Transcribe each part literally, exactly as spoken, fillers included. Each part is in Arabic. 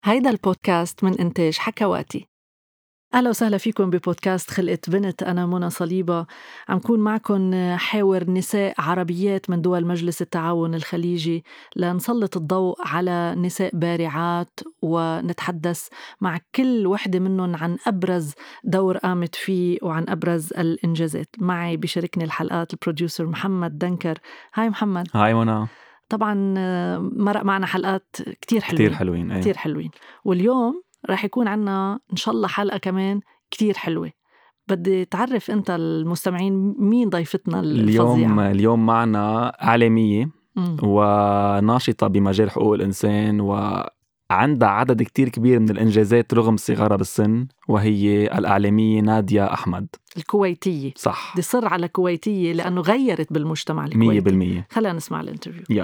هيدا البودكاست من إنتاج حكواتي. أهلا وسهلا فيكم ببودكاست خلقت بنت. أنا منى صليبة، عم كون معكم حاور نساء عربيات من دول مجلس التعاون الخليجي لنسلط الضوء على نساء بارعات ونتحدث مع كل وحدة منهم عن أبرز دور قامت فيه وعن أبرز الإنجازات. معي بشاركني الحلقات البروديوسر محمد دنكر. هاي محمد. هاي منى. طبعا مرق معنا حلقات كتير حلوين كتير حلوين كتير حلوين واليوم راح يكون عنا إن شاء الله حلقة كمان كتير حلوة. بدي تعرف أنت المستمعين مين ضيفتنا الفظيعة اليوم. اليوم معنا إعلامية م. وناشطة بمجال حقوق الإنسان، وعندها عدد كتير كبير من الإنجازات رغم صغرها بالسن، وهي الإعلامية نادية أحمد الكويتية. صح، دي صر على كويتية لأنه غيرت بالمجتمع الكويتي مية بالمية. خلينا نسمع الانترفيو. يلا.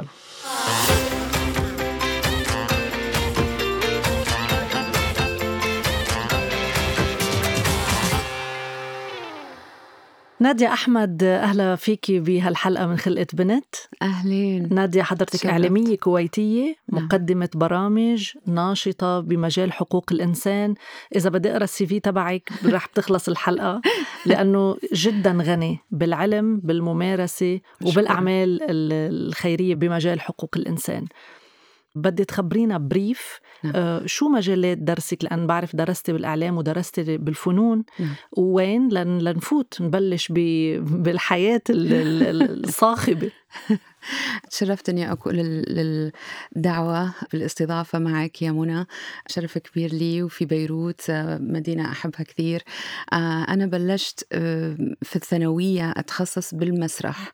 نادية أحمد، أهلا فيكي بهالحلقة من خلقت بنت. أهلين نادية، حضرتك شرفت. إعلامية كويتية، نعم. مقدمة برامج، ناشطة بمجال حقوق الإنسان. إذا بدي أقرأ السي في تبعك رح بتخلص الحلقة لأنه جدا غني بالعلم بالممارسة وبالأعمال الخيرية بمجال حقوق الإنسان. بدي تخبرينا بريف نعم. آه شو مجالات درسك، لأن بعرف درستي بالإعلام ودرستي بالفنون. نعم. وين لن لنفوت نبلش بالحياة الصاخبة. تشرفت أني أكون للدعوة بالاستضافة معك يا منى، شرف كبير لي. وفي بيروت مدينة أحبها كثير. أنا بلشت في الثانوية أتخصص بالمسرح،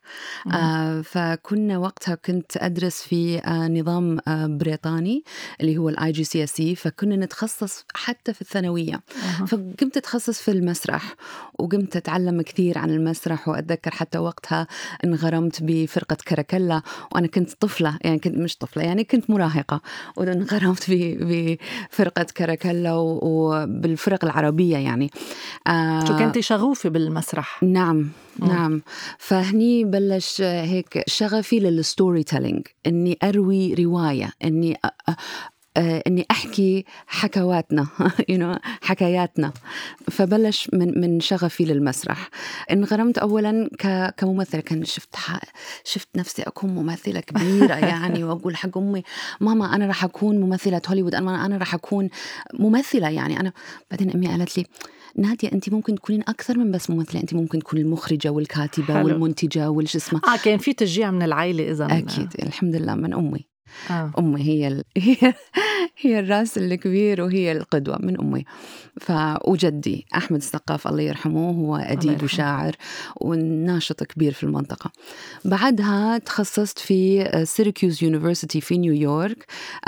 فكنا وقتها كنت أدرس في نظام بريطاني اللي هو الاي جي سي اس اي، فكنا نتخصص حتى في الثانوية. فقمت أتخصص في المسرح وقمت أتعلم كثير عن المسرح، وأتذكر حتى وقتها انغرمت بفرقة كركلا، وأنا كنت طفلة، يعني كنت مش طفلة، يعني كنت مراهقة، وانغرمت بفرقة كركلا وبالفرق العربية يعني. آه شو كنتي شغوفة بالمسرح؟ نعم م. نعم. فهني بلش هيك شغفي للستوري تيلينج، إني أروي رواية، إني أ... أ... إني أحكي حكواتنا you know, حكاياتنا. فبلش من من شغفي للمسرح. انغرمت أولاً ك كممثلة، كان شفت شفت نفسي أكون ممثلة كبيرة يعني، وأقول حق أمي ماما أنا راح أكون ممثلة هوليوود، أنا أنا راح أكون ممثلة يعني أنا. بعدين أمي قالت لي نادية أنت ممكن تكونين أكثر من بس ممثلة، أنت ممكن تكوني المخرجة والكاتبة حلو. والمنتجة والجسمة. آه كان في تشجيع من العائلة إذن؟ أكيد الحمد لله من أمي. آه. أمي هي ال... هي هي الرأس الكبير وهي القدوة من أمي. فوجدي أحمد السقاف الله يرحمه هو أديب وشاعر وناشط كبير في المنطقة. بعدها تخصصت في سيركيوز يونيفرسيتي في نيويورك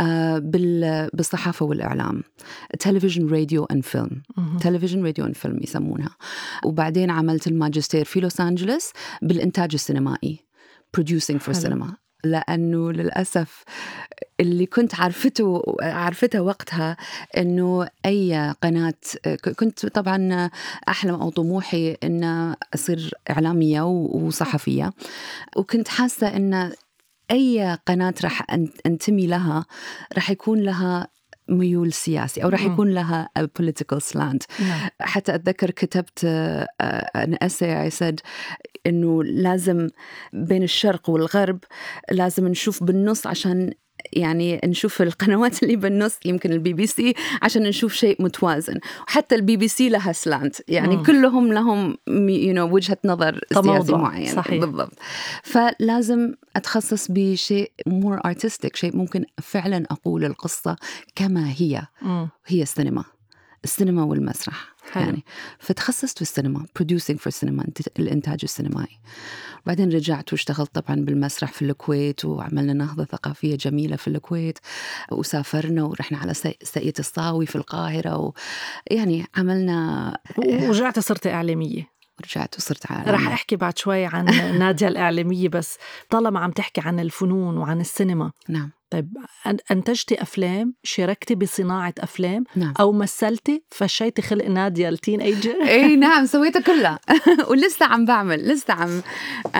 بالصحافة والإعلام، تلفزيون راديو أند فيلم، تلفزيون راديو أند فيلم يسمونها. وبعدين عملت الماجستير في لوس أنجلوس بالإنتاج السينمائي producing for cinema، لأنه للأسف اللي كنت عرفته عرفتها وقتها إنه أي قناة، كنت طبعا أحلم أو طموحي إن أصير إعلامية وصحفية، وكنت حاسة إن أي قناة رح أنتمي لها رح يكون لها ميول سياسي أو رح يكون لها political slant. حتى أتذكر كتبت an essay I said إنه لازم بين الشرق والغرب لازم نشوف بالنص، عشان يعني نشوف القنوات اللي بالنص، يمكن البي بي سي، عشان نشوف شيء متوازن. وحتى البي بي سي لها سلانت، يعني م. كلهم لهم you know وجهة نظر سياسي معين. صحيح. بالضبط. فلازم أتخصص بشيء more artistic، شيء ممكن فعلا أقول القصة كما هي. م. هي السينما السينما والمسرح. حلو. يعني فتخصصت في السينما producing for cinema، الإنتاج السينمائي. بعدين رجعت واشتغلت طبعا بالمسرح في الكويت، وعملنا نهضة ثقافية جميلة في الكويت، وسافرنا ورحنا على ساقية الصاوي في القاهرة، ويعني عملنا. ورجعت صرت إعلامية. ورجعت وصرت عالمية. رح أحكي بعد شوي عن نادية الإعلامية، بس طالما عم تحكي عن الفنون وعن السينما. نعم. طيب أنتجتي أفلام، شاركتي بصناعة أفلام؟ نعم. أو مثلتي، فشيتي خلق نادية التين ايجر؟ اي نعم، سويتها كلها ولسه عم بعمل، لسه عم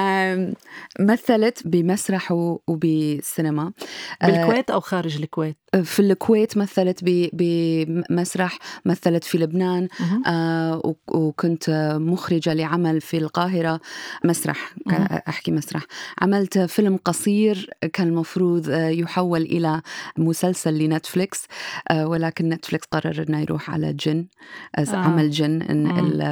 مثلت بمسرح وبسينما. بالكويت أو خارج الكويت؟ في الكويت مثلت بمسرح، مثلت في لبنان، آه وكنت مخرجة لعمل في القاهرة مسرح، أحكي مسرح. عملت فيلم قصير كان المفروض يحول إلى مسلسل لنتفليكس، آه ولكن نتفليكس قرر إنه يروح على جن، آه. عمل جن، إن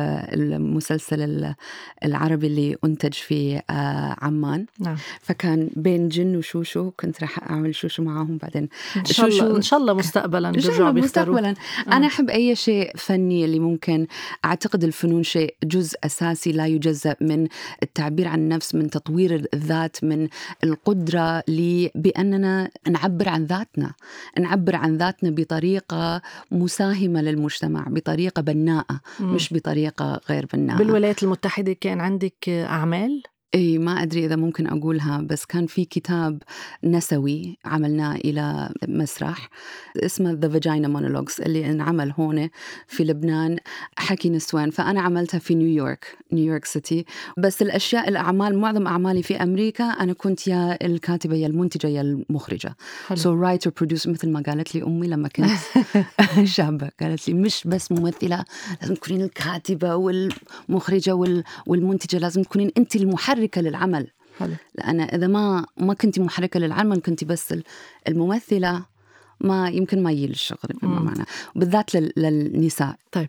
المسلسل العربي اللي أنتج في آه عمان. نعم. فكان بين جن وشوشو، كنت راح أعمل شوشو معاهم بعدين. إن شاء الله إن شاء الله مستقبلا بيرجعوا بيختاروا. مستقبلا. آه. أنا أحب أي شيء فني اللي ممكن، أعتقد الفنون شيء جزء أساسي لا يجزأ من التعبير عن النفس، من تطوير الذات، من القدرة لي بأننا نعبر عن ذاتنا، نعبر عن ذاتنا بطريقة مساهمة للمجتمع، بطريقة بناءة، م. مش بطريقة غير بناءة. بالولايات المتحدة كان عندك أعمال؟ إيه، ما أدري إذا ممكن أقولها، بس كان في كتاب نسوي عملناه إلى مسرح اسمه The Vagina Monologues، اللي انعمل هون في لبنان، حكي نسوان. فأنا عملتها في نيويورك، نيويورك سيتي. بس الأشياء، الأعمال، معظم أعمالي في أمريكا أنا كنت يا الكاتبة يا المنتجة يا المخرجة. حلو. So writer producer، مثل ما قالت لي أمي لما كنت شابة، قالت لي مش بس ممثلة، لازم تكونين الكاتبة والمخرجة والمنتجة، لازم تكونين أنت المحرك للعمل. حلو. لأن إذا ما ما كنتي محركة للعمل، كنتي بس الممثلة، ما يمكن ما يجي الشغل بمعنى، وبالذات للنساء. طيب،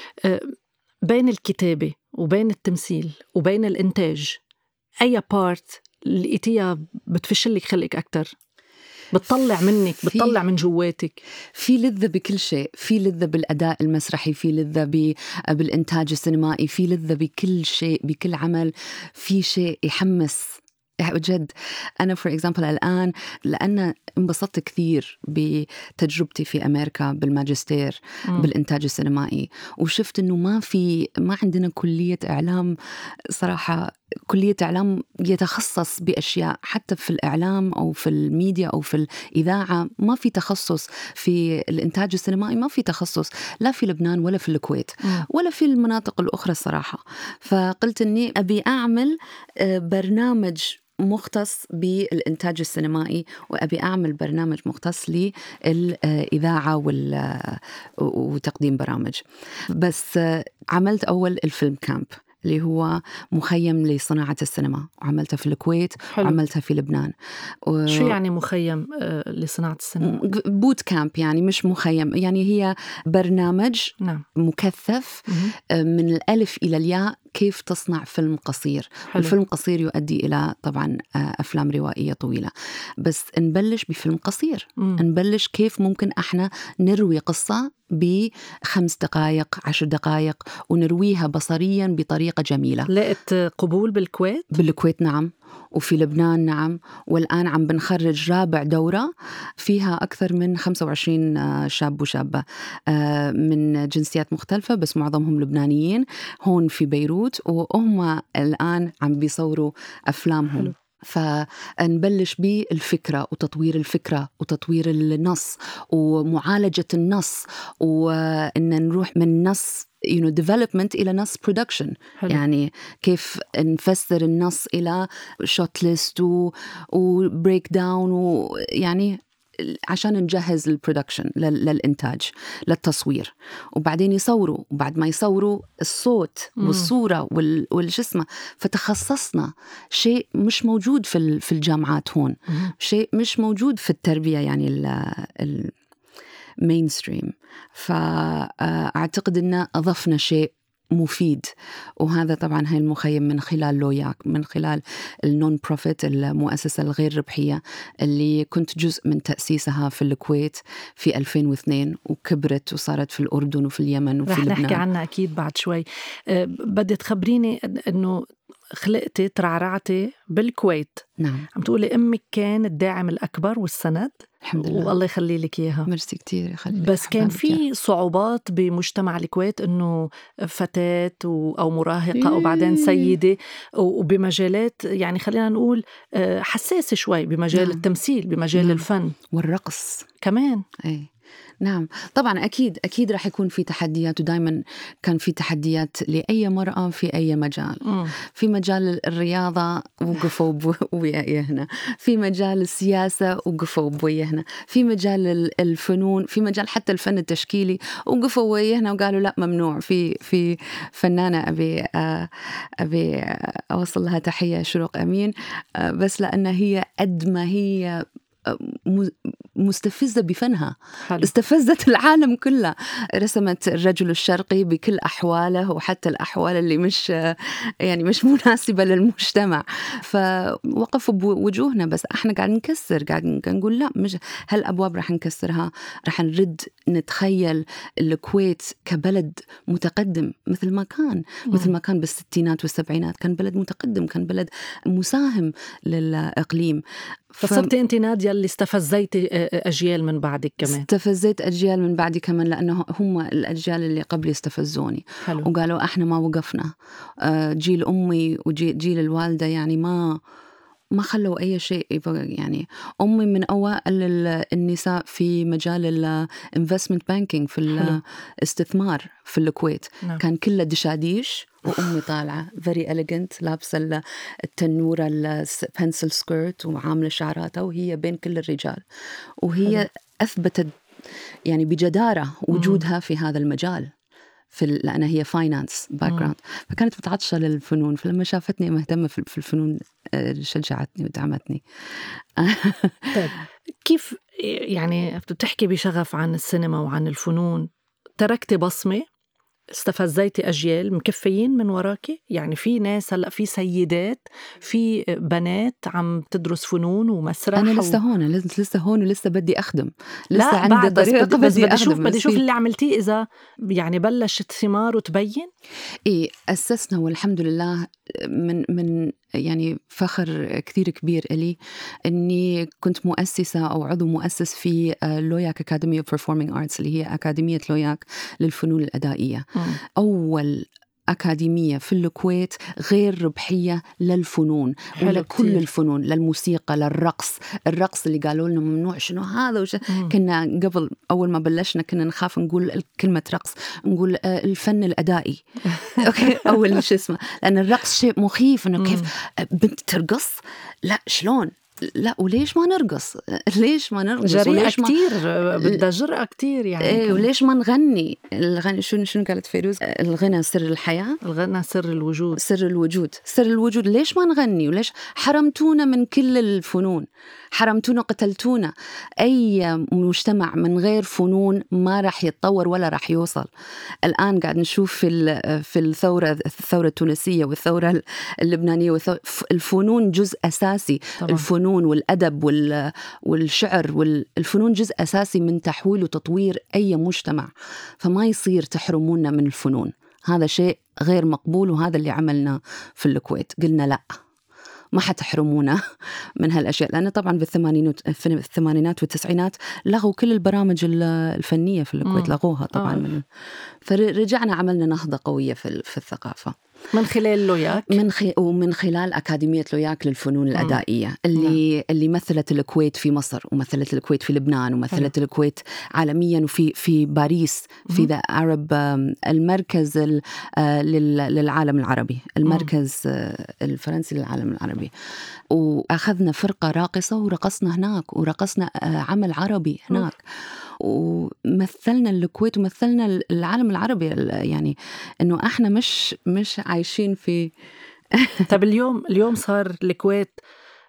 بين الكتابة وبين التمثيل وبين الإنتاج، أي بارت لقيتيها بتفشلك خلقك أكتر، بتطلع منك، بتطلع من جواتك؟ في لذة بكل شيء، في لذة بالأداء المسرحي، في لذة بالإنتاج السينمائي، في لذة بكل شيء، بكل عمل في شيء يحمس بجد. أنا for example الآن، لأن انبسطت كثير بتجربتي في أمريكا بالماجستير م. بالإنتاج السينمائي، وشفت إنه ما في ما عندنا كلية إعلام صراحة، كلية إعلام يتخصص بأشياء، حتى في الإعلام أو في الميديا أو في الإذاعة ما في تخصص، في الإنتاج السينمائي ما في تخصص، لا في لبنان ولا في الكويت م. ولا في المناطق الأخرى الصراحة. فقلت إني أبي أعمل برنامج مختص بالإنتاج السينمائي، وأبي أعمل برنامج مختص للإذاعة وتقديم برامج. بس عملت أول الفيلم كامب اللي هو مخيم لصناعة السينما، وعملتها في الكويت. حلو. وعملتها في لبنان. و... شو يعني مخيم لصناعة السينما؟ بوت كامب، يعني مش مخيم، يعني هي برنامج نعم. مكثف م- من الألف إلى الياء، كيف تصنع فيلم قصير. حلو. الفيلم قصير يؤدي إلى طبعا أفلام روائية طويلة، بس نبلش بفيلم قصير. م. نبلش كيف ممكن احنا نروي قصة بخمس دقائق عشر دقائق، ونرويها بصريا بطريقة جميلة. لقيت قبول بالكويت؟ بالكويت نعم، وفي لبنان نعم، والآن عم بنخرج رابع دورة فيها أكثر من خمسة وعشرين شاب وشابة من جنسيات مختلفة، بس معظمهم لبنانيين، هون في بيروت، وهم الآن عم بيصوروا أفلامهم. حلو. فنبلش بالفكرة وتطوير الفكرة وتطوير النص ومعالجة النص، وإن نروح من نص you know development إلى نص production. حلو. يعني كيف نفسر النص إلى shot list و, و break down، ويعني عشان نجهز البرودكشن للإنتاج للتصوير، وبعدين يصوروا، وبعد ما يصوروا الصوت والصورة والجسمة. فتخصصنا شيء مش موجود في في الجامعات هون، شيء مش موجود في التربية يعني ال المينستريم. فأعتقد أن أضفنا شيء مفيد، وهذا طبعا هاي المخيم من خلال لوياك، من خلال النون بروفيت، المؤسسة الغير ربحية اللي كنت جزء من تأسيسها في الكويت في ألفين واثنين، وكبرت وصارت في الأردن وفي اليمن وفي لبنان. رح نحكي عنها أكيد بعد شوي. أه بدي تخبريني أنه خلقتي ترعرعتي بالكويت. نعم. عم تقولي أمك كان الداعم الأكبر والسند. الحمد لله، والله يخلي لك إياها. ميرسي كتير. يخلي بس كان في صعوبات بمجتمع الكويت، إنه فتاة أو مراهقة أو بعدين سيدة، وبمجالات يعني خلينا نقول حساسة شوي، بمجال نعم. التمثيل، بمجال نعم. الفن والرقص كمان. أي نعم طبعا أكيد أكيد راح يكون في تحديات، ودائما كان في تحديات لأي مرأة في أي مجال. م. في مجال الرياضة وقفوا بويا هنا، في مجال السياسة وقفوا بويا هنا، في مجال الفنون، في مجال حتى الفن التشكيلي وقفوا ويا هنا وقالوا لا ممنوع. في في فنانة أبي أبي أوصل لها تحية، شروق أمين، بس لأن هي قد ما هي مستفزة بفنها حلو. استفزت العالم كله. رسمت الرجل الشرقي بكل أحواله وحتى الأحوال اللي مش يعني مش مناسبة للمجتمع، فوقفوا بوجوهنا. بس احنا قاعد نكسر، قاعد نقول لا، مش هالأبواب رح نكسرها، رح نرد نتخيل الكويت كبلد متقدم مثل ما كان م. مثل ما كان بالستينات والسبعينات، كان بلد متقدم، كان بلد مساهم للإقليم. فصرت أنت نادية اللي استفزيتي أجيال من بعدك كمان. استفزيت أجيال من بعدي كمان، لأنه هم الأجيال اللي قبلي استفزوني حلو. وقالوا إحنا ما وقفنا. جيل أمي وجيل الوالدة يعني ما ما خلوا أي شيء. يعني أمي من أوائل النساء في مجال الانفستمنت بانكينج، في الاستثمار في الكويت نعم. كان كله دشاديش، وأمي طالعة very elegant، لابسة التنورة البنسل سكيرت وعاملة شعراتها وهي بين كل الرجال، وهي حلو. أثبتت يعني بجدارة وجودها مم. في هذا المجال، في لأنها هي فاينانس باك جراوند، فكانت متعطشة للفنون. فلما شافتني مهتمة في الفنون شجعتني ودعمتني. طيب كيف يعني بتحكي بشغف عن السينما وعن الفنون، تركتي بصمة، استفزيتي أجيال مكفيين من وراكي؟ يعني في ناس هلأ، في سيدات، في بنات عم تدرس فنون ومسرح. أنا لسه و... هون لسه هون ولسه بدي أخدم، لسه لا عندي طريقة بدي, بدي, بدي أشوف بدي أشوف في... اللي عملتيه إذا يعني بلشت ثمار وتبين. إيه أسسنا والحمد لله، من من يعني فخر كثير كبير إلي أني كنت مؤسسة أو عضو مؤسس في لوياك أكاديمي أوف بيرفورمينج آرتس، اللي هي أكاديمية لوياك للفنون الأدائية. م. أول أكاديمية في الكويت غير ربحية للفنون ولا كل الفنون، للموسيقى، للرقص. الرقص اللي قالوا لنا ممنوع، شنو هذا وش... كنا قبل أول ما بلشنا كنا نخاف نقول كلمة رقص، نقول الفن الأدائي أوكي أول شيء اسمه، لأن الرقص شيء مخيف، إنه كيف بنت ترقص، لا شلون، لا وليش ما نرقص، ليش ما نرقص، جريئة كتير ما... بدها جرأة كتير يعني. إيه وليش ما نغني الغني، شنو شنو قالت فيروز، الغنى سر الحياة، الغنى سر الوجود، سر الوجود سر الوجود. ليش ما نغني؟ وليش حرمتونا من كل الفنون، حرمتونا، قتلتونا. أي مجتمع من غير فنون ما راح يتطور ولا راح يوصل. الآن قاعد نشوف في في الثورة الثورة التونسية والثورة اللبنانية والثورة، الفنون جزء أساسي طبعا. الفنون والأدب والشعر والفنون جزء أساسي من تحويل وتطوير أي مجتمع، فما يصير تحرمونا من الفنون. هذا شيء غير مقبول، وهذا اللي عملنا في الكويت. قلنا لا، ما حتحرمونا من هالأشياء، لأن طبعا بالثمانينات في الثمانينات والتسعينات لغوا كل البرامج الفنية في الكويت، لغوها طبعا. من فرجعنا عملنا نهضة قوية في في الثقافة من خلال لوياك، من خ... ومن خلال أكاديمية لوياك للفنون الأدائية، اللي نعم. اللي مثلت الكويت في مصر، ومثلت الكويت في لبنان، ومثلت حلو. الكويت عالميا، وفي في باريس في ذا عرب، المركز للعالم العربي، المركز مم. الفرنسي للعالم العربي. وأخذنا فرقة راقصة ورقصنا هناك، ورقصنا عمل عربي هناك، ومثلنا الكويت ومثلنا العالم العربي. يعني إنه إحنا مش مش عايشين في طب اليوم اليوم صار الكويت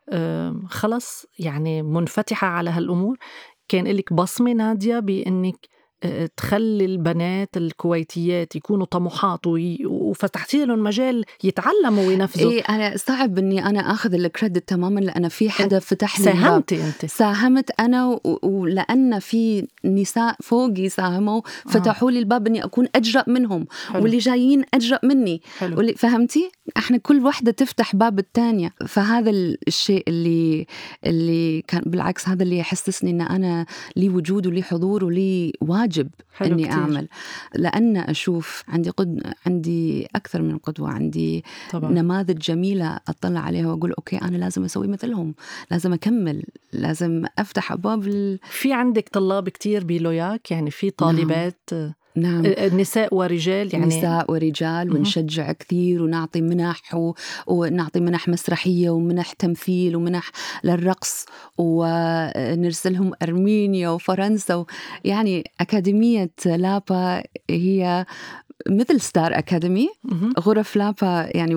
خلص يعني منفتحة على هالأمور. كان لك بصمة نادية بأنك تخلي البنات الكويتيات يكونوا طموحات وفتحتي لهم مجال يتعلموا وينفذوا. إيه أنا صعب إني أنا أخذ الكريدت تماما، لأن في حدا فتح لي الباب. ساهمتي أنت، ساهمت أنا، ولأن في نساء فوقي ساهموا فتحوا لي الباب إني أكون أجرأ منهم، حلو. واللي جايين أجرأ مني، واللي فهمتي احنا كل واحدة تفتح باب التانية. فهذا الشيء اللي اللي كان بالعكس هذا اللي يحسسني ان انا لي وجود ولي حضور ولي واجب اني كتير. اعمل، لان اشوف عندي قد عندي اكثر من قدوة، عندي طبعا. نماذج جميلة اطلع عليها واقول اوكي انا لازم اسوي مثلهم، لازم اكمل، لازم افتح ابواب ال... في عندك طلاب كتير بيلوياك، يعني في طالبات نعم. نعم. نساء ورجال يعني نساء ورجال، ونشجع كثير ونعطي منح و... ونعطي منح مسرحية ومنح تمثيل ومنح للرقص، ونرسلهم أرمينيا وفرنسا و... يعني أكاديمية لابا هي مثل ستار أكاديمي. غرف لابا يعني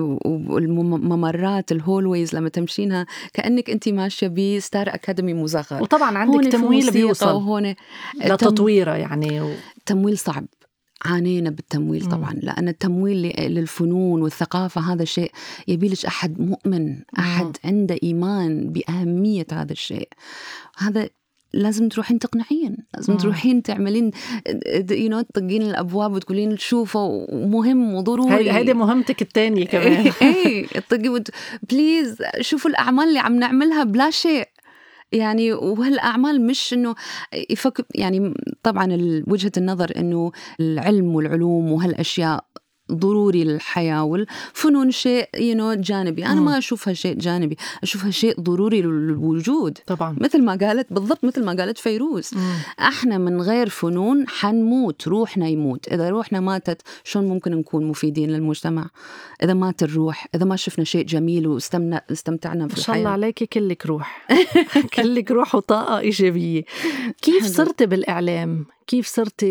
والممرات الهولويز لما تمشينها كأنك أنت ماشية بستار أكاديمي مصغر. وطبعا عندك تمويل بيوصل وهون لتطويرها يعني و... تمويل صعب، عانينا بالتمويل طبعا. مم. لأن التمويل للفنون والثقافة هذا شيء يبيلش أحد مؤمن، أحد مم. عنده إيمان بأهمية هذا الشيء. هذا لازم تروحين تقنعين، لازم مم. تروحين تعملين you know تطقين الأبواب وتقولين شوفوا مهم وضروري. هيدا مهمتك الثانية كمان. ايه تطقي وت... بليز شوفوا الأعمال اللي عم نعملها بلا شيء يعني. وهالأعمال مش إنه يفكر يعني، طبعاً وجهة النظر إنه العلم والعلوم وهالأشياء ضروري للحياة، والفنون شيء you know جانبي. أنا ما أشوفها شيء جانبي، أشوفها شيء ضروري للوجود طبعاً. مثل ما قالت بالضبط، مثل ما قالت فيروز. مم. إحنا من غير فنون حنموت، روحنا يموت. إذا روحنا ماتت شلون ممكن نكون مفيدين للمجتمع؟ إذا مات الروح، إذا ما شفنا شيء جميل واستمتعنا في الحياة. ما شاء الله عليك، كلك روح. كلك روح وطاقة إيجابية. كيف صرت بالإعلام؟ كيف صرت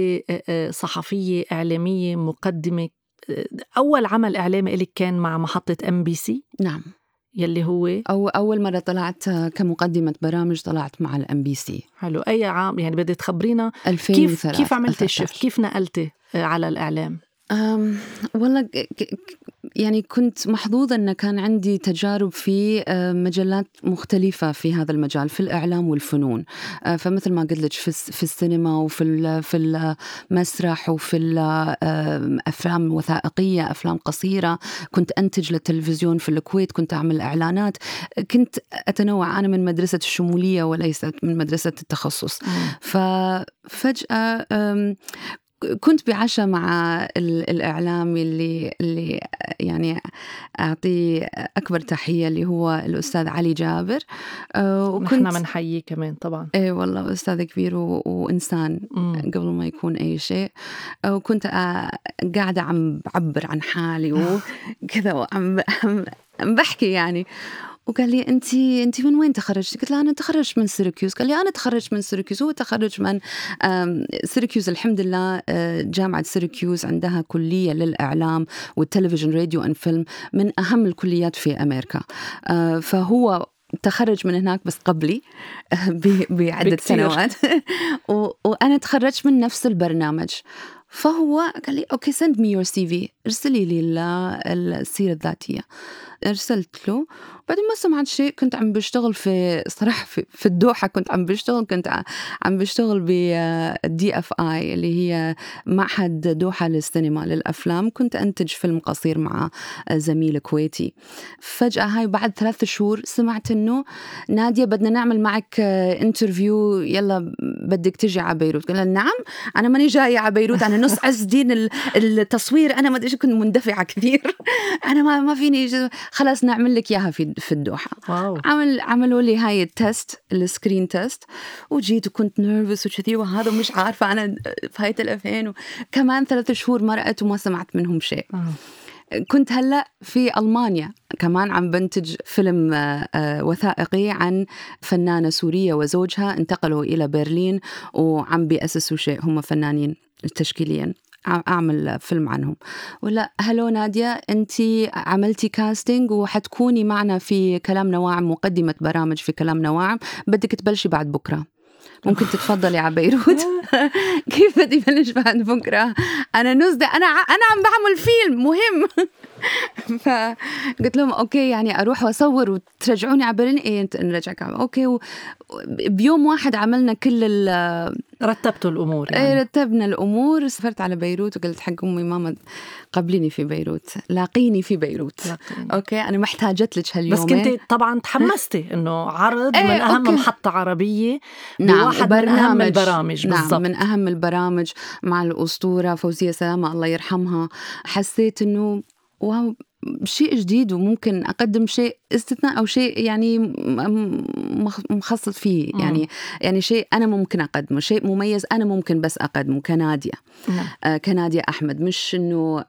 صحفية إعلامية مقدمة؟ أول عمل إعلامي إلك كان مع محطة إم بي سي؟ نعم. يلي هو أو أول مرة طلعت كمقدمة برامج طلعت مع الإم بي سي. حلو. أي عام يعني؟ بدي تخبرينا كيف كيف عملتي الشيفت، كيف نقلتي على الإعلام؟ أم والله يعني كنت محظوظة أن كان عندي تجارب في مجالات مختلفة في هذا المجال، في الإعلام والفنون. فمثل ما قلت لك في في السينما وفي في المسرح وفي الأفلام وثائقية، أفلام قصيرة. كنت أنتج للتلفزيون في الكويت، كنت أعمل إعلانات. كنت أتنوع، أنا من مدرسة الشمولية وليست من مدرسة التخصص. ففجأة كنت بعشاء مع الإعلامي اللي اللي يعني أعطيه أكبر تحية، اللي هو الأستاذ علي جابر. وكنت نحن منحييه كمان طبعا. إيه والله أستاذ كبير و... وإنسان مم. قبل ما يكون أي شيء. وكنت قاعدة عم بعبر عن حالي وكذا وعم بحكي يعني. وقال لي أنتي أنتي من وين تخرجتي؟ قلت له أنا تخرجت من سيراكيوز. قال لي أنا تخرجت من سيراكيوز. هو تخرج من سيراكيوز. الحمد لله جامعة سيراكيوز عندها كلية للإعلام والتلفزيون راديو أند فيلم، من أهم الكليات في أمريكا. فهو تخرج من هناك بس قبلي بعدة سنوات. وأنا تخرجت من نفس البرنامج. فهو قال لي أوكي send me your سي في، ارسلي لي السيرة الذاتية. أرسلت له. بعدين ما سمعت شيء. كنت عم بشتغل في صراحة في, في الدوحة. كنت عم بشتغل كنت عم بشتغل بالدي اف اي اللي هي معهد دوحة للسينما للأفلام. كنت أنتج فيلم قصير مع زميل كويتي. فجأة هاي بعد ثلاث شهور سمعت إنه نادية بدنا نعمل معك انترفيو، يلا بدك تجي على بيروت. قلت نعم، أنا ماني جاية على بيروت، أنا نص عزدين التصوير، أنا ما أدري، كنت مندفعة كثير. أنا ما ما فيني، خلاص نعمل لك إياها في في الدوحة. واو. عمل عملوا لي هاي التست، السكرين تست، وجيت وكنت نيرفس وكذي وهذا مش عارفة أنا في هاي الألفين. وكمان ثلاث شهور مرقت وما سمعت منهم شيء. أوه. كنت هلأ في ألمانيا كمان عم بنتج فيلم وثائقي عن فنانة سورية وزوجها انتقلوا إلى برلين وعم بيأسسوا شيء، هم فنانين تشكيليا، أعمل فيلم عنهم. ولا هلو نادية، أنتي عملتي كاستينج وحتكوني معنا في كلام نواعم، مقدمة برامج في كلام نواعم، بدك تبلشي بعد بكرة. ممكن تتفضلي على بيروت. كيف بدي بلش بعد بكرة؟ أنا نزدة، أنا أنا عم بعمل فيلم مهم. فقلت لهم أوكي، يعني أروح وأصور وترجعوني على برلين. إيه نرجعك أوكي. و... بيوم واحد عملنا كل ال رتبتوا الأمور يعني. إيه رتبنا الأمور. سافرت على بيروت وقلت حق أمي ماما قبليني في بيروت، لاقيني في بيروت. لاقيني. أوكي أنا محتاجت لك هاليومين. بس كنت طبعا تحمستي إنه عرض ايه من أهم أوكي. محطة عربية. نعم بواحد من أهم البرامج. نعم بالضبط. من أهم البرامج مع الأسطورة فوزية سلامة الله يرحمها. حسيت إنه واو شيء جديد وممكن أقدم شيء استثناء أو شيء يعني مخصص فيه. م. يعني يعني شيء أنا ممكن أقدمه، شيء مميز أنا ممكن بس أقدمه كنادية. نعم. آه كنادية أحمد، مش إنه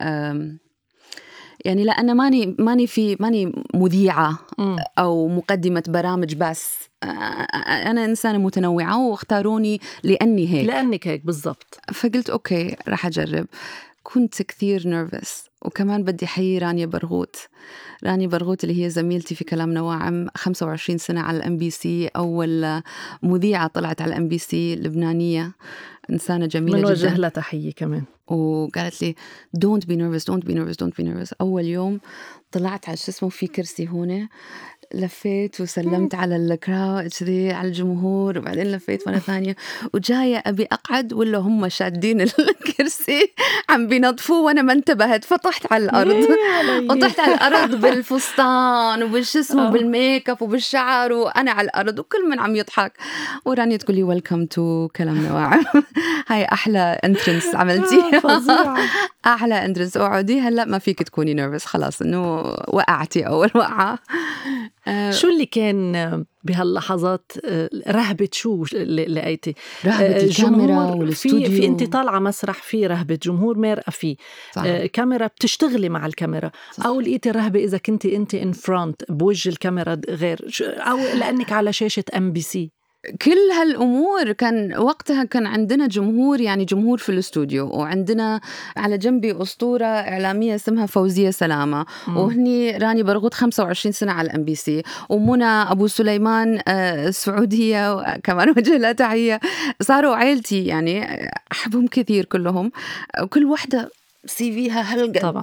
يعني لا أنا ماني ماني في ماني مذيعة م. أو مقدمة برامج بس. آه أنا إنسانة متنوعة واختاروني لأني هيك. لأنك هيك بالضبط. فقلت أوكي راح أجرب. كنت كثير نيرفس. وكمان بدي حيي رانيا برغوت. رانيا برغوت اللي هي زميلتي في كلام نواعم، خمسة وعشرين سنة على الام بي سي، أول مذيعة طلعت على الام بي سي، لبنانية، إنسانة جميلة جدا. من وجه لها تحية كمان. وقالت لي don't be nervous don't be nervous don't be nervous. أول يوم طلعت على شو اسمه في كرسي هنا، لفيت وسلمت على الكراود كذي على الجمهور، وبعدين لفيت مرة ثانية وجاية أبي أقعد ولا هم شادين الكرسي عم بينظفوه وأنا ما انتبهت، فطحت على الأرض. وطحت على الأرض بالفستان وبالجسم وبالميك اب وبالشعر وأنا على الأرض وكل من عم يضحك. وراني تقولي ويلكم تو كلام نواعم. هاي أحلى انترنس عملتي. أحلى انترنس. اقعدي هلأ ما فيك تكوني نيرفس، خلاص إنه وقعتي أول وقعة. شو اللي كان بهاللحظات رهبة؟ شو اللي لقيتي؟ رهبة الكاميرا والاستوديو. في, في انت طالعة مسرح، في رهبة جمهور مرأة، في آه كاميرا بتشتغلي مع الكاميرا. صح. أو لقيتي رهبة إذا كنت انت in front بوجه الكاميرا غير، أو لأنك على شاشة ام بي سي؟ كل هالأمور. كان وقتها كان عندنا جمهور، يعني جمهور في الاستوديو، وعندنا على جنبي أسطورة إعلامية اسمها فوزية سلامة، م. وهني راني برغوت خمسة وعشرين سنة على الام بي سي، ومنى أبو سليمان السعودية كمان وجه لها تحية. صاروا عيلتي يعني أحبهم كثير كلهم، وكل واحدة سي فيها هالقد. طبعا.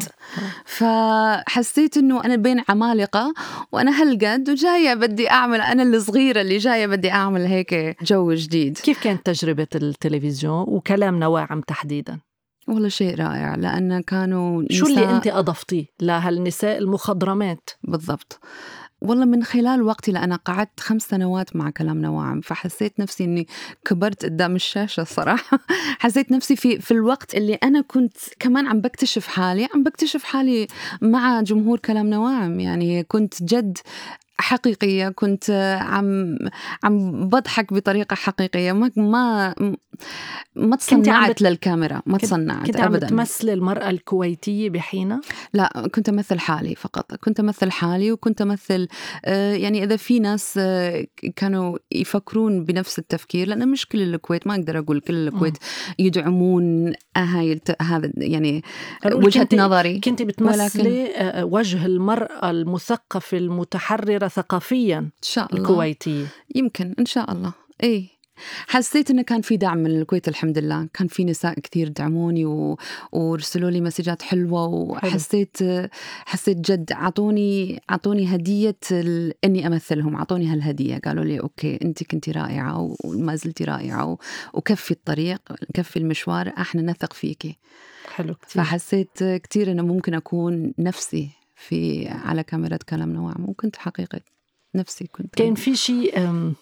فحسيت إنه أنا بين عمالقة وأنا هالقد وجاية بدي أعمل، أنا الصغيرة اللي جاية بدي أعمل هيك جو جديد. كيف كانت تجربة التلفزيون وكلام نواعم تحديداً؟ والله شيء رائع، لأن كانوا شو اللي أنت أضفتيه لهالنساء المخضرمات؟ بالضبط. والله من خلال وقتي، لأنا قعدت خمس سنوات مع كلام نواعم، فحسيت نفسي أني كبرت قدام الشاشة صراحة. حسيت نفسي في في الوقت اللي أنا كنت كمان عم بكتشف حالي، عم بكتشف حالي مع جمهور كلام نواعم. يعني كنت جد حقيقية، كنت عم عم بضحك بطريقة حقيقية، ما ما ما تصنعت للكاميرا، ما تصنعت كنت أبداً. كنت عم تمثل المرأة الكويتية بحينها؟ لا، كنت أمثل حالي فقط، كنت أمثل حالي، وكنت أمثل يعني إذا في ناس كانوا يفكرون بنفس التفكير، لأن مش كل الكويت، ما أقدر أقول كل الكويت يدعمون هاي هذا يعني وجهة كنت نظري. كنت بتمثلي ولكن وجه المرأة المثقفة المتحررة ثقافيا إن شاء الله الكويتية. يمكن إن شاء الله. إيه حسيت إنه كان في دعم من الكويت الحمد لله، كان في نساء كثير دعموني و... ورسلوا لي مسجات حلوة، وحسيت حسيت جد عطوني عطوني هدية ال... إني أمثلهم، عطوني هالهدية، قالوا لي أوكي أنت كنتي رائعة وما زلتي رائعة و... وكفي الطريق، كفي المشوار، إحنا نثق فيكي. حلو كتير. فحسيت كتير إنه ممكن أكون نفسي في على كاميرا كلام نواعم، وكنت حقيقة نفسي. كنت كان في شيء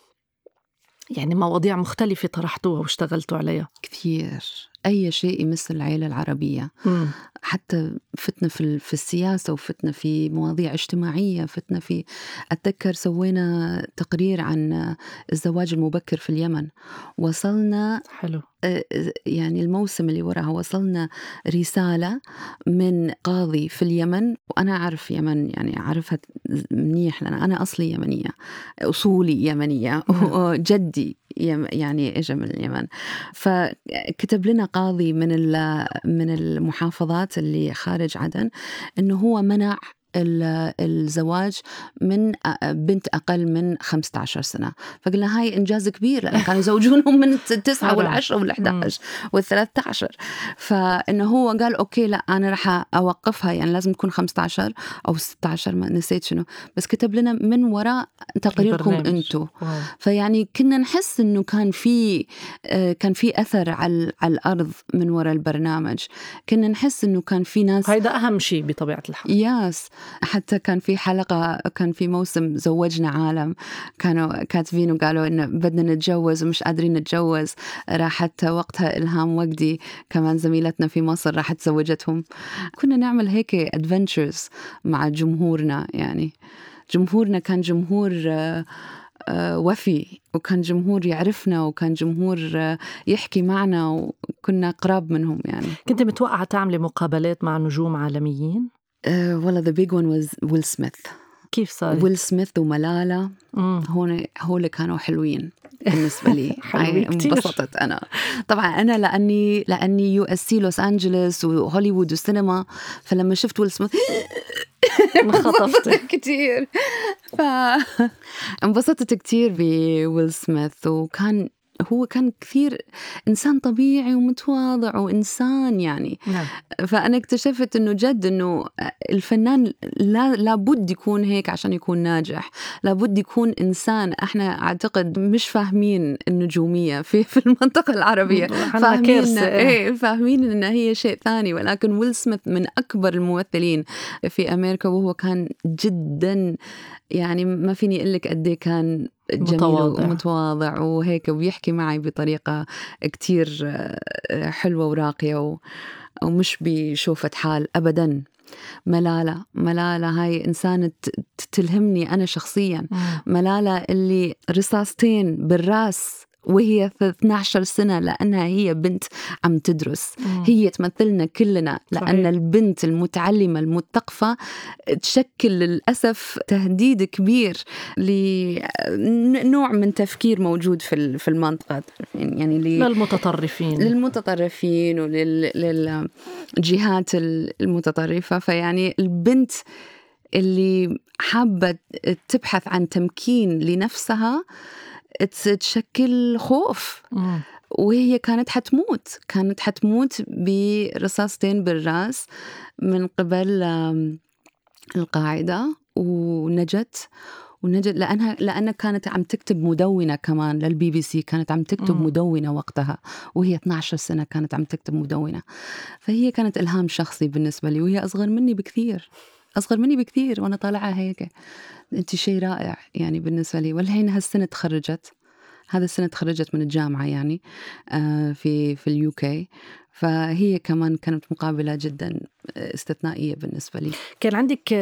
يعني مواضيع مختلفة طرحتوها واشتغلتوا عليها كثير، أي شيء يمس العائلة العربية. م. حتى فتنا في في السياسة، وفتنا في مواضيع اجتماعية، فتنا في، أتذكر سوينا تقرير عن الزواج المبكر في اليمن، وصلنا حلو يعني الموسم اللي وراها وصلنا رسالة من قاضي في اليمن، وأنا أعرف يمن يعني أعرفها منيح لأن أنا أصلي يمنية، أصولي يمنية، جدي يعني إجا من اليمن. فكتب لنا قاضي من من المحافظات اللي خارج عدن إنه هو منع الزواج من بنت أقل من خمسة عشر سنة. فقلنا هاي إنجاز كبير، لأن كانوا يزوجونهم من التسعة والعشرة والأحد عشر والثلاثة عشر. فإنه هو قال أوكي لا أنا رح أوقفها، يعني لازم تكون خمسة عشر أو ستة عشر، ما نسيت شنو، بس كتب لنا من وراء تقريركم أنتو. فيعني كنا نحس إنه كان في كان في أثر على على الأرض من وراء البرنامج. كنا نحس إنه كان في ناس، هيدا أهم شيء بطبيعة الحال. ياس حتى كان في حلقة، كان في موسم زوجنا عالم، كانوا كاتبين وقالوا إنه بدنا نتجوز ومش قادرين نتجوز. راحت وقتها إلهام وجدي كمان زميلتنا في مصر راحت تزوجتهم. كنا نعمل هيك adventures مع جمهورنا، يعني جمهورنا كان جمهور وفي، وكان جمهور يعرفنا، وكان جمهور يحكي معنا، وكنا قراب منهم. يعني كنت متوقعة تعملي مقابلات مع نجوم عالميين؟ أه والله the big one was ويل سميث. كيف صار؟ ويل سميث وملالة هون هول كانوا حلوين بالنسبة لي. انبسطت أنا طبعا، أنا لأني لأني يو اس سي لوس أنجلوس وهوليوود والسينما، فلما شفت ويل سميث انخطفت كتير. فانبسطت كتير بويل سميث، وكان هو كان كثير إنسان طبيعي ومتواضع وإنسان يعني. نعم. فأنا اكتشفت إنه جد إنه الفنان لا لابد يكون هيك عشان يكون ناجح، لابد يكون إنسان. إحنا أعتقد مش فاهمين النجومية في في المنطقة العربية، فاهمين إيه فاهمين إن هي شيء ثاني. ولكن ويل سميث من أكبر الممثلين في أمريكا، وهو كان جدا يعني ما فيني أقول لك قد إيه كان جميل متواضع. ومتواضع وهيك، وبيحكي معي بطريقة كتير حلوة وراقية، ومش بشوفة حال أبداً. ملالة ملالة هاي إنسانة تلهمني أنا شخصياً. ملالة اللي رصاصتين بالراس وهي في اثنتي عشرة سنة، لأنها هي بنت عم تدرس. مم. هي تمثلنا كلنا، لأن صحيح. البنت المتعلمة المثقفة تشكل للأسف تهديد كبير لنوع من تفكير موجود في في المنطقة، يعني للمتطرفين للمتطرفين وللجهات المتطرفة. فيعني البنت اللي حابة تبحث عن تمكين لنفسها تشكل خوف. مم. وهي كانت حتموت كانت حتموت برصاصتين بالراس من قبل القاعدة، ونجت ونجت لأنها لأنها كانت عم تكتب مدونة كمان للبي بي سي. كانت عم تكتب مم. مدونة وقتها وهي اثنتي عشرة سنة، كانت عم تكتب مدونة. فهي كانت إلهام شخصي بالنسبة لي، وهي أصغر مني بكثير أصغر مني بكثير وأنا طالعة هيك. أنت شيء رائع يعني بالنسبة لي. والحين هالسنة تخرجت هذا السنة تخرجت من الجامعة يعني في في اليو كي. فهي كمان كانت مقابلة جدا استثنائية بالنسبة لي. كان عندك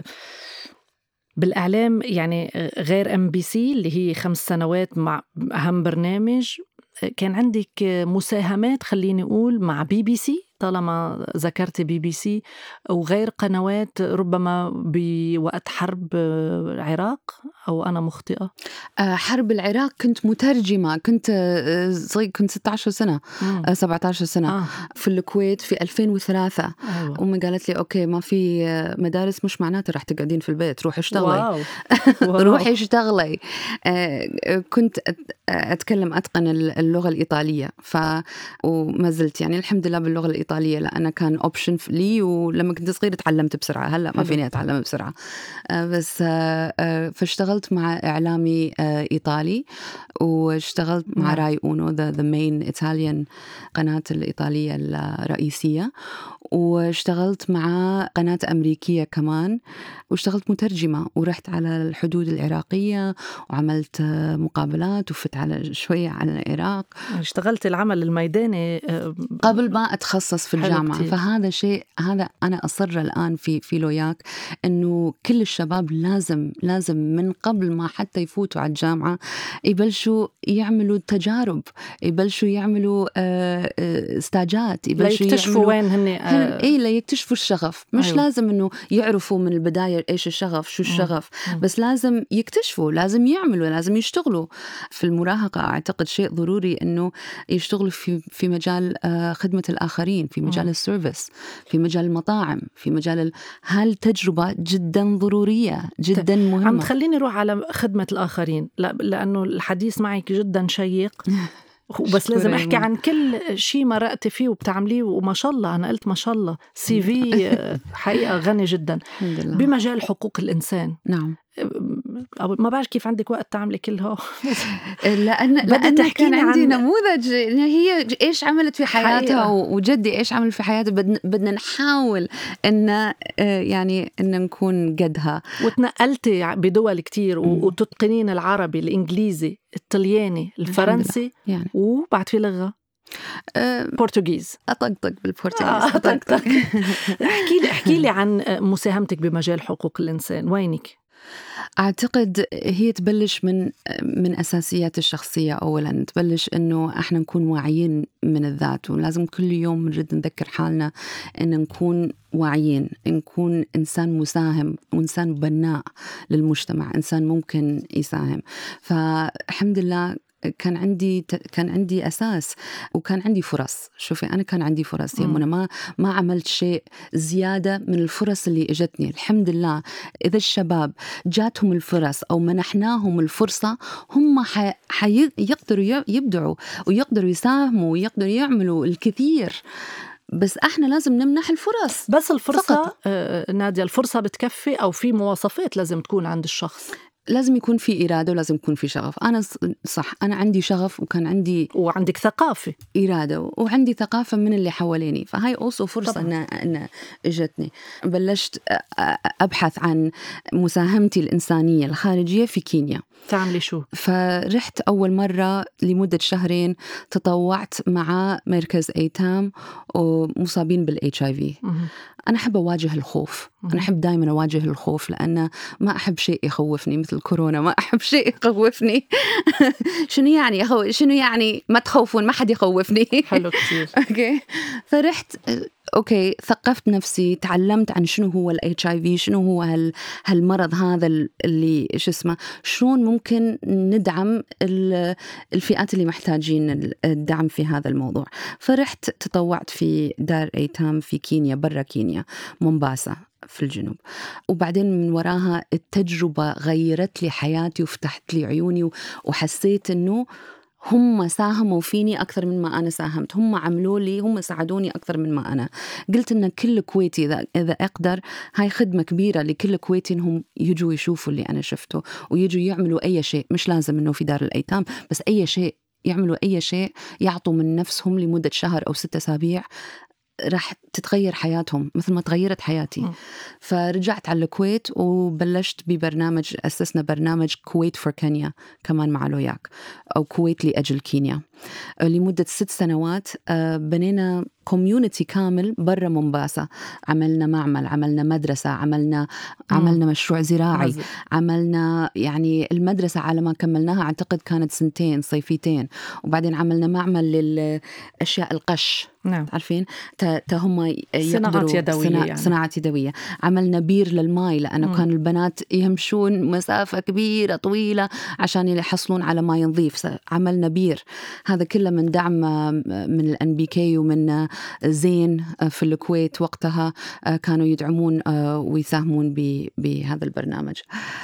بالإعلام يعني غير ام بي سي اللي هي خمس سنوات مع أهم برنامج، كان عندك مساهمات خليني أقول مع بي بي سي، طالما ذكرت بي بي سي، وغير قنوات ربما بوقت حرب العراق، أو أنا مخطئة؟ حرب العراق كنت مترجمة، كنت صغير، كنت ستة عشر سنة مم. سبعة عشر سنة آه. في الكويت في ألفين وثلاثة. أيوة. أمي قالت لي أوكي ما في مدارس مش معناته رح تقعدين في البيت، روحي اشتغلي. روحي اشتغلي. كنت أتكلم أتقن اللغة الإيطالية، ف وما زلت يعني الحمد لله باللغة الإيطالية، لأنه كان أوبشن لي. ولما كنت صغيرة تعلمت بسرعة، هلأ ما فيني أتعلم بسرعة. بس فاشتغلت مع إعلامي إيطالي، واشتغلت مع راي أونو the, the main Italian قناة الإيطالية الرئيسية، واشتغلت مع قناة أمريكية كمان، واشتغلت مترجمة، ورحت على الحدود العراقية وعملت مقابلات وفت على شوية على العراق. اشتغلت العمل الميداني قبل ما أتخصص في الجامعة. فهذا شيء هذا أنا أصر الآن في في لوياك إنه كل الشباب لازم لازم من قبل ما حتى يفوتوا على الجامعة يبلشوا يعملوا تجارب، يبلشوا يعملوا استاجات، يبلشوا يكتشفوا وين هن آه إيه لا يكتشفوا الشغف. مش أيوه. لازم إنه يعرفوا من البداية إيش الشغف شو الشغف، مم. بس لازم يكتشفوا، لازم يعملوا، لازم يشتغلوا. في المراهقة أعتقد شيء ضروري إنه يشتغلوا في في مجال خدمة الآخرين. المطعمين، في مجال السيرفيس، في مجال المطاعم، في مجال ال... هالتجربة جدا ضرورية جدا مهمة. عم تخليني روح على خدمة الآخرين، لا لأنه الحديث معك جدا شيق بس لازم أحكي عن كل شيء مرقتي فيه وبتعمليه، وما شاء الله أنا قلت ما شاء الله سي في حقيقة غني جدا بمجال حقوق الإنسان. نعم. ما بعرف كيف عندك وقت تعملي كلها لأن لأن كان عندي عن... نموذج هي إيش عملت في حياتها حقيقة. وجدي إيش عمل في حياتها. بدنا بدنا نحاول إن يعني إن نكون قدها. وتنقلتي بدول كتير وتتقنين العربي، الإنجليزي، الطلياني، الفرنسي يعني. وبعد في لغة أه بورتوغيز. أطقطق بالبورتوغيز. آه أطقطق. احكي لي احكي لي عن مساهمتك بمجال حقوق الإنسان، وينك؟ أعتقد هي تبلش من من أساسيات الشخصية. أولاً تبلش إنه إحنا نكون واعيين من الذات، ولازم كل يوم نرد نذكر حالنا إن نكون واعيين، نكون إنسان مساهم وإنسان بناء للمجتمع، إنسان ممكن يساهم. فالحمد لله كان عندي كان عندي أساس وكان عندي فرص. شوفي أنا كان عندي فرص يا منى، ما ما عملت شيء زيادة من الفرص اللي اجتني. الحمد لله إذا الشباب جاتهم الفرص أو منحناهم الفرصة هم حيقدروا يبدعوا ويقدروا يساهموا ويقدروا يعملوا الكثير، بس احنا لازم نمنح الفرص. بس الفرصة آه نادية، الفرصة بتكفي أو في مواصفات لازم تكون عند الشخص؟ لازم يكون في إرادة ولازم يكون في شغف. أنا صح أنا عندي شغف وكان عندي وعندك ثقافة إرادة وعندي ثقافة من اللي حواليني، فهاي أوصو فرصة أن أن إجتني. بلشت أبحث عن مساهمتي الإنسانية الخارجية في كينيا. تعملي شو؟ فرحت أول مرة لمدة شهرين، تطوعت مع مركز أيتام ومصابين بالإتش آي في. أنا أحب أواجه الخوف، أنا أحب دائما أواجه الخوف، لأن ما أحب شيء يخوفني مثل كورونا، ما أحب شيء يخوفني. شنو يعني يخو... شنو يعني ما تخوفون، ما حد يخوفني. حلو كتير. أوكي. فرحت أوكي ثقفت نفسي، تعلمت عن شنو هو ال إتش آي في، شنو هو هال هالمرض هذا اللي إيش اسمه، شلون ممكن ندعم الفئات اللي محتاجين الدعم في هذا الموضوع. فرحت تطوعت في دار أيتام في كينيا، برا كينيا، مومباسا في الجنوب. وبعدين من وراها التجربة غيرت لي حياتي وفتحت لي عيوني، وحسيت إنه هم ساهموا فيني أكثر من ما أنا ساهمت، هم عملوا لي، هم ساعدوني أكثر من ما أنا. قلت إن كل كويتي إذا إذا أقدر، هاي خدمة كبيرة لكل كويتي إنهم يجوا يشوفوا اللي أنا شفته ويجوا يعملوا أي شيء، مش لازم إنه في دار الأيتام بس، أي شيء يعملوا، أي شيء يعطوا من نفسهم لمدة شهر أو ستة أسابيع، راح تتغير حياتهم مثل ما تغيرت حياتي. م. فرجعت على الكويت وبلشت ببرنامج، أسسنا برنامج كويت فور كينيا كمان مع لوياك، أو كويت لأجل كينيا، لمدة ست سنوات. بنينا كوميونيتي كامل برا مومباسا، عملنا معمل، عملنا مدرسة، عملنا عملنا مشروع زراعي، مزل. عملنا يعني المدرسة على ما كملناها أعتقد كانت سنتين صيفيتين، وبعدين عملنا معمل للأشياء القش. نعم. عارفين تهم صناعات يدوية صناعة, يعني. صناعة يدوية. عملنا بير للماء، لأنه م. كان البنات يمشون مسافة كبيرة طويلة عشان يحصلون على ماء نظيف، عملنا بير. هذا كله من دعم من الان بي كي ومن زين في الكويت، وقتها كانوا يدعمون ويساهمون بهذا البرنامج.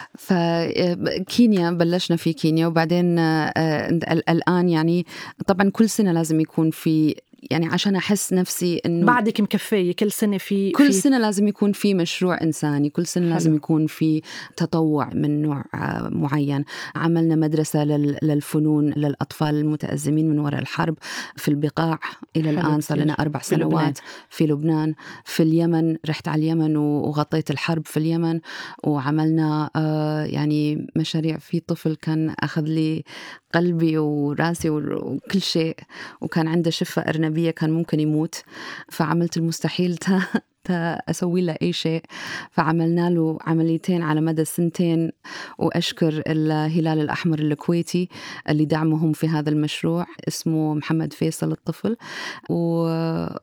فكينيا بلشنا في كينيا، وبعدين الآن يعني طبعا كل سنة لازم يكون في، يعني عشان أحس نفسي إنه بعدك مكفية كل سنة في كل في سنة لازم يكون في مشروع إنساني، كل سنة حلو. لازم يكون في تطوع من نوع معين. عملنا مدرسة للفنون للأطفال المتأزمين من وراء الحرب في البقاع، إلى الآن صار لنا أربع سنوات في لبنان. في اليمن رحت على اليمن وغطيت الحرب في اليمن، وعملنا يعني مشاريع. في طفل كان أخذ لي قلبي وراسي وكل شيء، وكان عنده شفة أرنبية كان ممكن يموت، فعملت المستحيل تا تا أسوي له أي شيء. فعملنا له عمليتين على مدى سنتين، وأشكر الهلال الأحمر الكويتي اللي دعمهم في هذا المشروع، اسمه محمد فيصل الطفل. و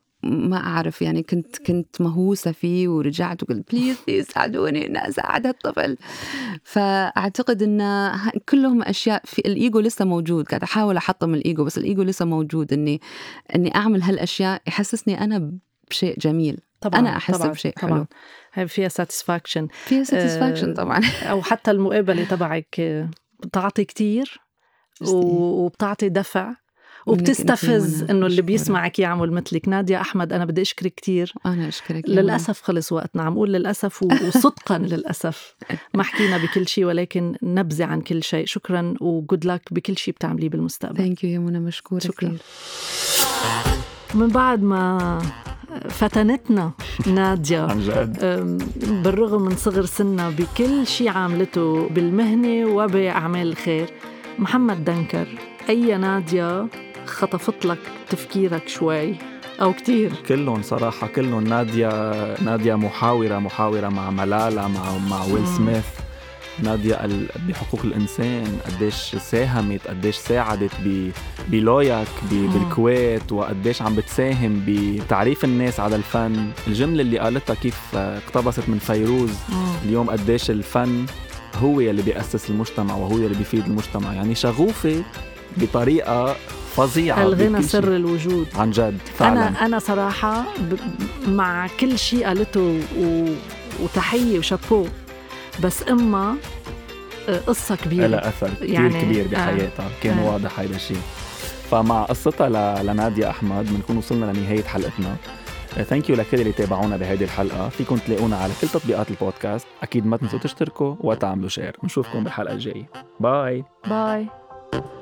ما أعرف يعني كنت كنت مهووسة فيه ورجعت وقلت بليز بليز ساعدوني إن أساعد هالطفل. فأعتقد إن كلهم أشياء في الإيجو لسه موجود، قاعد أحاول أحطم الإيجو بس الإيجو لسه موجود، إني إني أعمل هالأشياء يحسسني أنا بشيء جميل. طبعاً أنا أحس طبعاً بشيء طبعاً. حلو، هاي فيها satisfaction فيها satisfaction آه طبعاً. أو حتى المقابلة تبعك بتعطي كتير وبتعطي دفع وبتستفز إنه اللي بيسمعك يعمل مثلك. نادية أحمد أنا بدي أشكرك كتير. أنا أشكرك. للأسف خلص وقتنا، عم أقول للأسف وصدقاً للأسف ما حكينا بكل شيء ولكن نبذة عن كل شيء. شكراً وجود لك بكل شيء بتعمليه بالمستقبل. Thank you يا منى، مشكورة شكراً. كتير. من بعد ما فتنتنا نادية عن جد بالرغم من صغر سنة بكل شيء عاملته بالمهنة وبأعمال الخير، محمد دنكر، أي نادية خطفت لك تفكيرك شوي أو كتير؟ كلهم صراحة، كلهم. نادية نادية محاورة محاورة مع ملالة، مع مع ويل سميث. نادية بحقوق الإنسان قديش ساهمت، قديش ساعدت بلوياك بالكويت، وقديش عم بتساهم بتعريف الناس على الفن. الجملة اللي قالتها كيف اقتبست من فيروز اليوم، قديش الفن هو اللي بيأسس المجتمع وهو اللي بيفيد المجتمع. يعني شغوفة بطريقة فظيعة. الغنى سر الوجود عن جد فعلا. أنا أنا صراحة مع كل شيء قالته و... وتحية وشابو، بس إما قصة كبيرة لها أثر كتير يعني كبير بحياتها. آه. كان آه. واضح هيدا الشيء. فمع قصتها ل... لنادية أحمد بنكون وصلنا لنهاية حلقتنا. ثانك يو لكل اللي تابعونا بهذه الحلقة. فيكم تلاقونا على كل تطبيقات البودكاست. أكيد ما تنسوا تشتركوا وتعملوا شير. نشوفكم بالحلقة الجاية. باي باي.